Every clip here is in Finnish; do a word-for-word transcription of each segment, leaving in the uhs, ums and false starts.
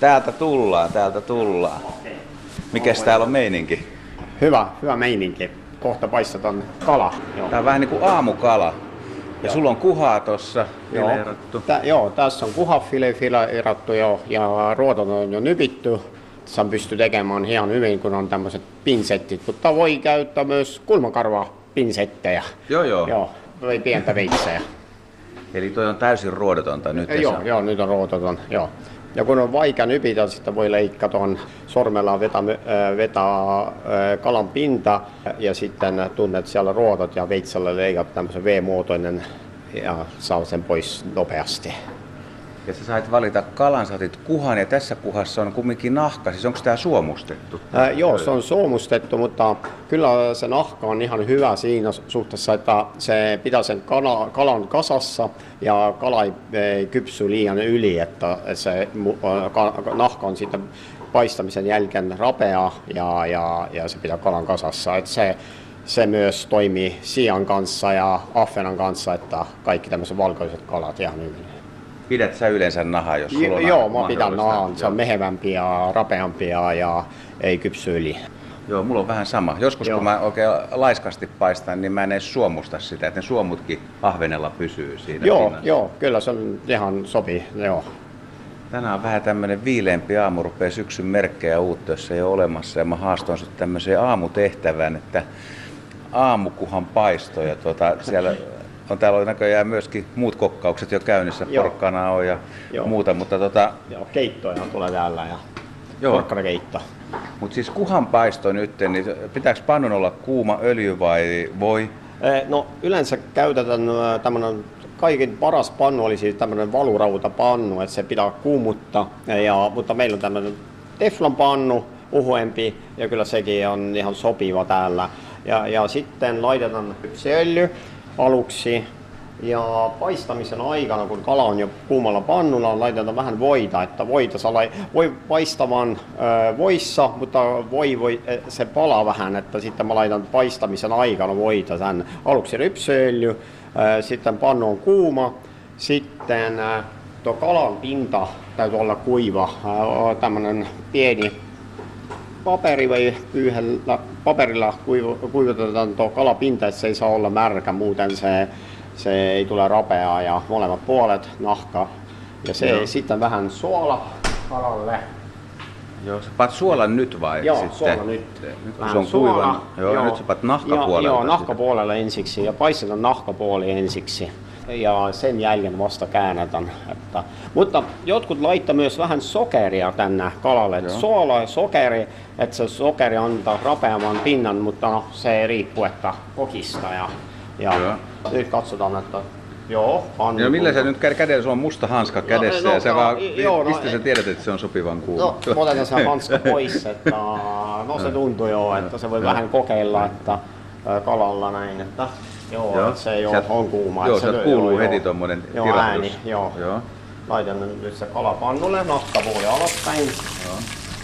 Täältä tullaan, täältä tullaan. Mikäs täällä on meininki? Hyvä, hyvä meininki. Kohta paistetaan kala. Joo. Tää on vähän niinku aamukala. Ja joo. Sulla on kuhaa tossa fileerattu. Tä, joo, tässä on kuhafile fileerattu jo ja ruotot on jo nypitty. Sen pystyy tekemään ihan hyvin, kun on tämmöiset pinsettit, mutta voi käyttää myös kulmakarva pinsettejä. Joo, joo. Joo, voi pientä veitsejä. Eli toi on täysin ruodotonta nyt? Joo, joo, nyt on ruodoton, joo. Ja kun on vaikea nypitä, sitten voi leikkaa tuon sormella vetää, vetää kalan pinta ja sitten tunnet siellä ruotot ja veitsellä leikat tämmöisen V-muotoinen ja saa sen pois nopeasti. Ja sä sait valita kalan, sä otit kuhan ja tässä kuhassa on kumminkin nahka, siis onko tää suomustettu? Ää, joo, se on suomustettu, mutta kyllä se nahka on ihan hyvä siinä suhteessa, että se pitää sen kala, kalan kasassa ja kala ei, ei kypsy liian yli, että se ka, nahka on sitten paistamisen jälkeen rapea ja, ja, ja se pitää kalan kasassa. Että se, se myös toimii sian kanssa ja ahvenan kanssa, että kaikki tämmöiset valkoiset kalat ihan hyvin. Pidät sä yleensä nahaa, jos sulla on? Joo, mä pidän nahan. Se on mehevämpi ja rapeampi ja, ja ei kypsy yli. Joo, mulla on vähän sama. Joskus joo. Kun mä oikein laiskasti paistan, niin mä en edes suomusta sitä, että ne suomutkin ahvenella pysyy siinä. Joo, pinnassa. Joo, kyllä se on ihan sopii. Joo. Tänään on vähän tämmönen viileämpi aamu, rupeaa syksyn merkkejä uutta, jos ei ole olemassa. Ja mä haastoin sut tämmöiseen aamutehtävään, että aamukuhan paisto. Ja tuota, siellä on täällä näköjään myöskin muut kokkaukset jo käynnissä, porkkana on ja joo. muuta, mutta tota... Joo, keittoja tulee täällä ja porkkanakeitto. Mutta siis kuhan paisto nyt, niin pitääkö pannun olla kuuma öljy vai voi? No yleensä käytetään tämmönen, kaiken paras pannu oli siis tämmönen valurautapannu, että se pitää kuumuttaa, ja, mutta meillä on tämmönen teflonpannu, uhuempi, ja kyllä sekin on ihan sopiva täällä. Ja, ja sitten laitetaan öljy aluksi ja paistamisen aikana, kun kala on jo kuumalla pannulla, laitetaan vähän voita, että voita saa lai- voi paistamaan ö, voissa, mutta voi, voi se palaa vähän, että sitten mä laitan paistamisen aikana voita tänne. Aluksi rypsiöljy, ö, sitten pannu on kuuma, sitten ö, tuo kalan pinta täytyy olla kuiva, ö, tämmönen pieni paperi vai pyyhellä, paperilla kuivatetaan tuo kalapinta, että se ei saa olla märkä, muuten se, se ei tule rapeaa ja molemmat puolet nahka. Ja se joo. Sitten vähän suola kalalle. Joo, sä paat suolan nyt vai? Joo, sitten? suola nyt. Nyt kun se on kuivan, joo, joo. Nyt sä paat nahkapuolelle. Joo, nahkapuolelle ensiksi ja paistetaan nahkapuoli ensiksi. Ja sen jälkeen vasta käännetään. Että, mutta jotkut laittaa myös vähän sokeria tänne kalalle. Suola ja sokeri, että se sokeri antaa rapeaman pinnan, mutta no, se riippuu, että kokista. Ja, ja nyt katsotaan, että joo. Ja millä se nyt kädellä, sulla on musta hanska kädessä no, no, ja sä no, vaan, joo, mistä no, sä tiedät, että se on sopivan kuuma? No, otetaan se hanska pois, että no se tuntuu jo, että se voi vähän kokeilla, että kalalla näin, että joo, joo. Se ei ole on kuuma. Joo, se sieltä kuuluu heti tommonen tirahdus. Ääni, joo. joo. Laitan nyt se kalapannulle, nahkapuoli alaspäin. Joo.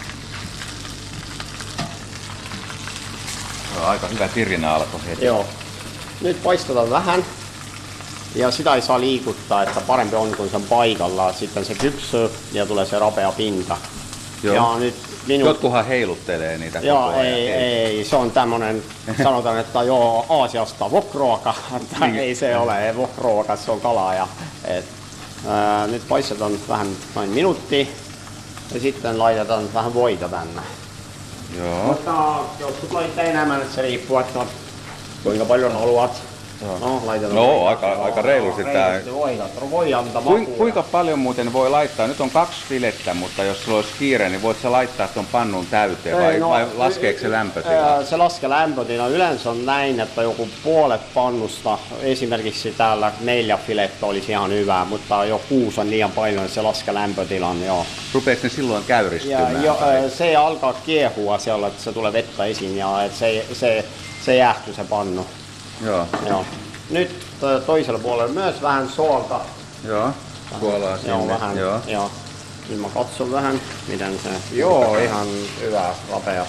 Joo, aika hyvä tirina alkoi heti. Joo. Nyt paistetaan vähän. Ja sitä ei saa liikuttaa, että parempi on kun se on paikallaan. Sitten se kypsyy ja tulee se rapea pinta. Joo. Ja nyt minut... Jotkuhan heiluttelee niitä joo, koko ajan. Ei, ei, se on tämmönen, sanotaan, että joo, Aasiasta wokruoka, ei se ole wokruoka, se on kalaa. Ja, et, ää, nyt paistetaan vähän noin minuutti ja sitten laitetaan vähän voita tänne. Joo. Mutta joskus laittaa enemmän, että se riippuu, että kuinka paljon haluat. No, no aika, aika reilusti tää. Voi antaa Kuinka, kuinka paljon muuten voi laittaa? Nyt on kaksi filettä, mutta jos sulla olisi kiire, niin voit sä laittaa ton pannun täyteen vai, Ei, no, vai laskeeko se lämpötila? Se laskee lämpötila. Yleensä on näin, että joku puolet pannusta, esimerkiksi täällä neljä filettä olisi ihan hyvää, mutta jo kuusi on liian paljon, niin se laskee lämpötilan. Joo. Rupeeko ne silloin käyristymään? Jo, se alkaa kiehua siellä, että se tulee vettä esiin ja että se, se, se jäähtyy se pannu. Joo. Joo. Nyt toisella puolella myös vähän suolta. Joo, suolaa sinne. Joo, vähän. Joo. Joo. Nyt mä katson vähän, miten se... Joo, ihan hyvä, rapea.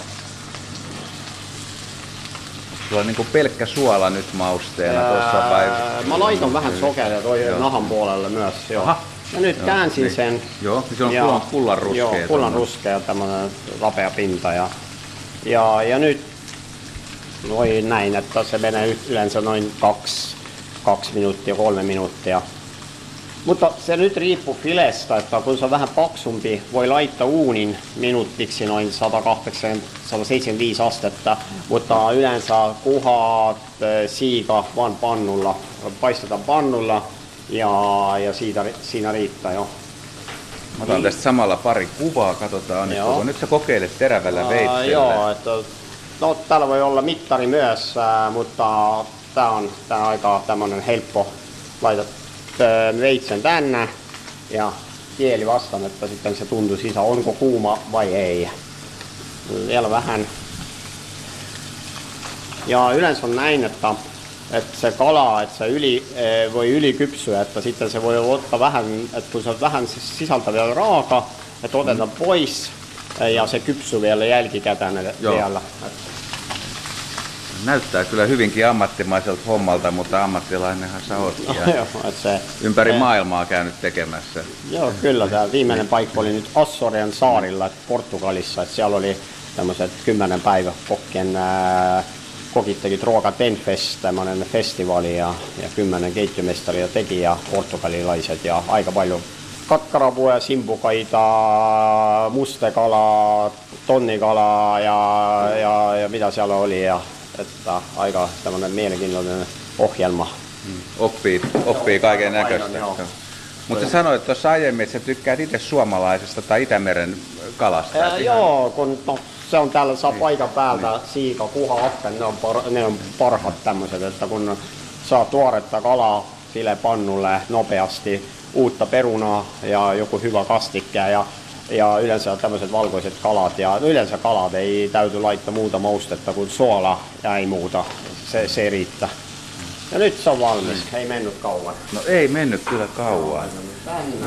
Sulla on niinku pelkkä suola nyt mausteena tuossa vai? Mä laitan vähän sokeria toi nahan puolelle myös. Joo. Aha. Ja nyt joo, käänsin niin. sen. Joo, se on ja, kullan ruskea. Joo, kullan ruskea, tämmöinen rapea pinta. Ja, ja, ja nyt noin näin, että se menee yleensä noin kaksi, kaksi minuuttia, kolme minuuttia. Mutta se nyt riippuu filestä, että kun se on vähän paksumpi, voi laittaa uunin minuuttiksi noin sata kahdeksankymmentä sata seitsemänkymmentäviisi astetta, mutta yleensä kuhat, siika vaan pannulla, paistetaan pannulla ja, ja siitä, siinä riittää jo. Mä otan tästä samalla pari kuvaa, katsotaan nyt. Nyt sä kokeilet terävällä veitsellä. Joo, että, no täällä voi olla mittari myös, mutta tää on, tää on aika tämmönen helppo. Laitat veitsen tänne ja kieli vastaan, että sitten se tuntuu sisään, onko kuuma vai ei. Vielä vähän. Ja yleensä on näin, että, että se kala, että se yli, voi ylikypsyä, että sitten se voi ottaa vähän, että kun se on vähän sisältä vielä raaka, että otetaan mm. pois ja se kypsyy vielä jälkikäteen vielä. Näyttää kyllä hyvinkin ammattimaiselta hommalta, mutta ammattilainenhan sä oot. No, joo, se, ympäri se, maailmaa käynyt tekemässä. Joo, kyllä. Tämä viimeinen paikka oli nyt Açorian saarilla Portugalissa. Että siellä oli tämmöiset kymmenen päivä kokkien ää, kokit tekivät Ruoka Tenfest, tämmöinen festivaali ja, ja kymmenen keittiömestaria teki ja portugalilaiset ja aika paljon kakkarapuja, simpukaita, mustekalaa, tonnikalaa ja, ja, ja mitä siellä oli. Ja, että aika tämmöinen mielenkiintoinen ohjelma. Mm. Oppii, oppii kaiken näköistä. Mutta sä sanoit tuossa aiemmin, että sä tykkäät itse suomalaisesta tai Itämeren kalasta. Ää, joo, kun no, se on täällä saa niin. Paikan päältä niin. Siika, kuha, appen, ne on, par, ne on parhaat tämmöiset, että kun saa tuoretta kalaa sille pannulle nopeasti, uutta perunaa ja joku hyvä kastikke ja Ja yleensä tämmöiset valkoiset kalat, ja yleensä kalat ei täytyy laittaa muuta maustetta kuin suola ja ei muuta, se, se riittää. Ja nyt se on valmis, mm. ei mennyt kauan. No ei mennyt kyllä kauan. No,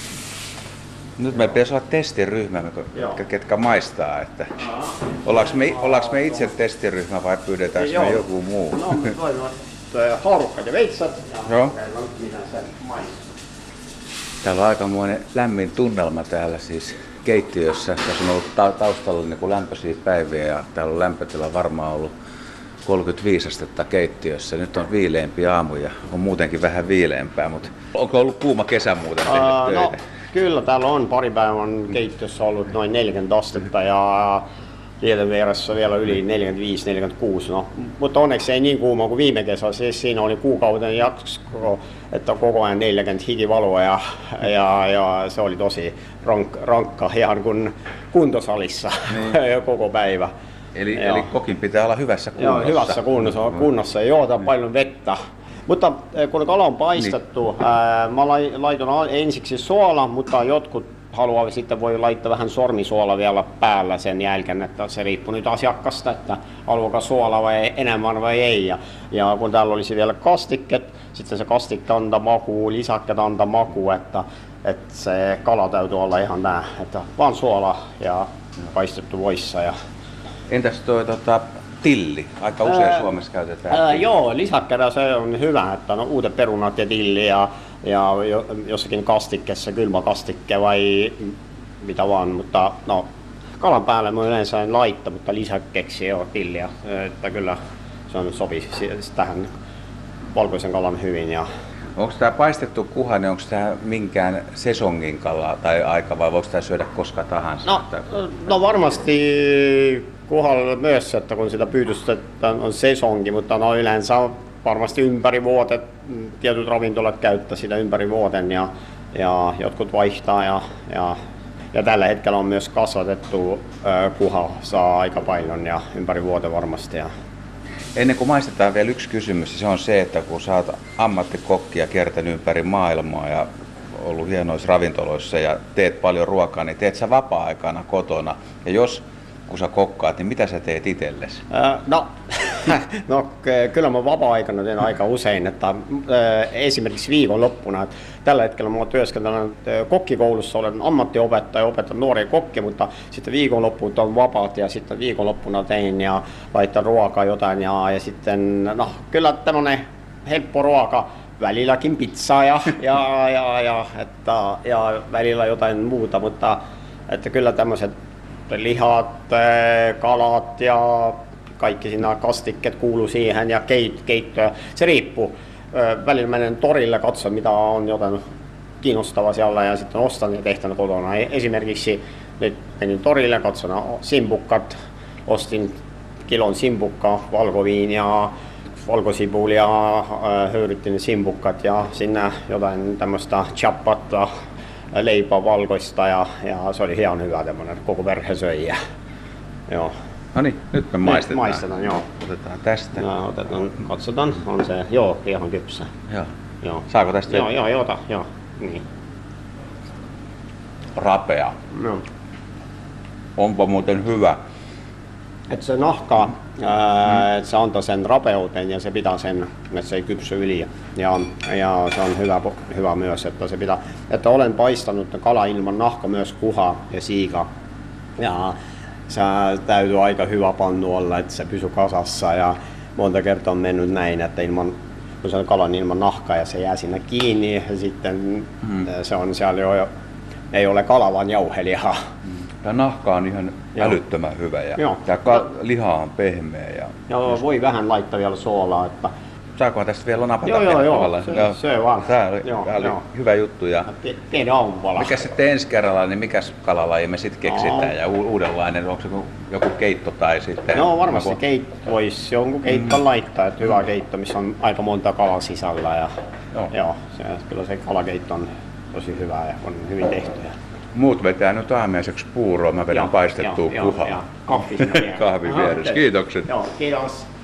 nyt meillä pitäisi olla testiryhmä, ketkä, ketkä maistaa. Että ollaanko, me, ollaanko me itse testiryhmä vai pyydetäänkö Joo. me joku muu? No, toivon, haarukkat ja veitsät ja Joo. mitä se maistaa. Täällä on aikamoinen lämmin tunnelma täällä siis keittiössä. Tässä on ollut taustalla niin kuin lämpöisiä päiviä ja täällä on lämpötila varmaan ollut kolmekymmentäviisi astetta keittiössä. Nyt on viileämpi aamu ja on muutenkin vähän viileämpää, mutta onko ollut kuuma kesä muuten tehdä uh, töitä? No, kyllä, täällä on pari päivän keittiössä ollut noin neljäkymmentä astetta ja Lieten vieressä vielä yli neljäkymmentäviisi neljäkymmentäkuusi, no, mutta onneksi ei niin kuuma kuin viime kesä. Siis siinä oli kuukauden jakso, että koko ajan neljäkymmentä hikivaloa ja, ja, ja se oli tosi rank, rankka ihan kuin kuntosalissa niin. Koko päivä. Eli, eli kokin pitää olla hyvässä kunnossa. Joo, hyvässä kunnossa, kunnossa ja juoda paljon vettä. Mutta kun kala on paistettu, niin. ää, mä laitan ensiksi suola, mutta jotkut haluaa sitten voi laittaa vähän sormisuola vielä päällä sen jälkeen, että se riippuu nyt asiakkaasta, että haluaako suola vai enemmän vai ei. Ja, ja kun täällä olisi vielä kastikket, sitten se kastikka antaa makuu, lisäkkeet antaa makuu, että, että se kala täytyy olla ihan nää, että vaan suola ja paistettu voissa. Ja... Entäs tuo tota, tilli? Aika usein ää, Suomessa käytetään ää, Joo, lisäkkeellä se on hyvä, että no uudet perunat ja tilli ja ja jossakin kastikkeessa, kylmäkastikke vai mitä vaan, mutta no kalan päälle mä yleensä en laittaa, mutta lisäkkeeksi on tilliä, että kyllä se on sopii tähän valkoisen kalan hyvin. Ja... Onko tämä paistettu kuha, niin onko tämä minkään sesongin kala tai aika vai voiko tämä syödä koska tahansa? No, no varmasti kuhalla myös, että kun sitä pyydystä on sesonki, mutta no yleensä varmasti ympäri vuodet, tietyt ravintolat käyttää sitä ympäri vuoden ja, ja jotkut vaihtaa ja, ja, ja tällä hetkellä on myös kasvatettu äh, kuha, saa aika paljon ja ympäri vuoden varmasti. Ja. Ennen kuin maistetaan vielä yksi kysymys, se on se, että kun sä oot ammattikokki ja kiertänyt ympäri maailmaa ja ollut hienoissa ravintoloissa ja teet paljon ruokaa, niin teet sä vapaa-aikana kotona ja jos kun sä kokkaat, niin mitä sä teet itsellesi? Äh, no, no, kyllä mä vapaa-aikana teen aika usein, että äh, esimerkiksi viikonloppuna, että tällä hetkellä mä työskentelen kokkikoulussa, olen ammattiopettaja, opetan nuoria kokkia, mutta sitten viikonloppuun on vapaat ja sitten viikonloppuna tein ja laitan ruokaa jotain ja, ja sitten, no kyllä tämmönen helppo ruoka, välilläkin pizzaa ja, ja, ja, ja, että, ja välillä jotain muuta, mutta että kyllä tämmöiset lihat, kalat ja kaikki siinä kastikkeet kuuluu siihen ja keit, keittoja. Se riippuu. Välillä menen torille, katson mitä on jotain kiinnostavaa siellä ja sitten ostan ja tehtän kotona. Esimerkiksi nyt menin torille, katson simpukkat, ostin kilon simpukkaa, valkoviinia, valkosipulia, höyrytin simpukkat ja sinne jotain tämmöistä chapatta, leipää valkoista ja, ja se oli ihan hyvä tämmöinen, koko perhe söi. Joo. No niin, nyt me maistetaan. Maistetaan, joo. Otetaan tästä. No, otetaan, katsotaan, on se, joo, ihan kypsä. Joo. Joo. Saako tästä? Joo, joo, joo, ota, joo. Niin. Rapea. No. Onpa muuten hyvä. Et se nahka, ää, et se antaa sen rapeuden ja se pitää sen, että se ei kypsy yli. Ja, ja se on hyvä, hyvä myös, että se pitää, että olen paistanut kala ilman nahka myös kuha ja siika. Ja se täytyy aika hyvä pannu olla, että se pysyy kasassa ja monta kertaa on mennyt näin, että ilman, kun se on kalan ilman nahkaa ja se jää sinne kiinni ja sitten mm. se on siellä jo, ei ole kala vaan jauhelihaa. Mm. Tämä nahka on ihan Joo. älyttömän hyvä ja Joo. tämä ka- liha on pehmeä. Ja Joo, voi vähän laittaa vielä suolaa. Että saakohan tästä vielä napata? Joo, joo, joo. Se, joo. se vaan. Tämä oli, joo, tämä oli joo. hyvä juttu. Ja pieni aamuvala. mikä sitten ensi kerralla, niin mikäs kalalaji me sitten keksitään? No. Ja u- uudenlainen, onko se joku keitto tai sitten? No varmasti joku... keitto, voisi jonkun keitto mm. laittaa, että hyvä keitto, missä on aika monta kalaa sisällä. Ja, joo. Joo, se, kyllä se kalakeitto on tosi hyvä ja on hyvin tehty. Muut vetää nyt aamiaiseksi puuroa, mä vedän paistettua kuhaa. Kahvi Kahvi vieressä. Kiitokset. Joo, kiitos.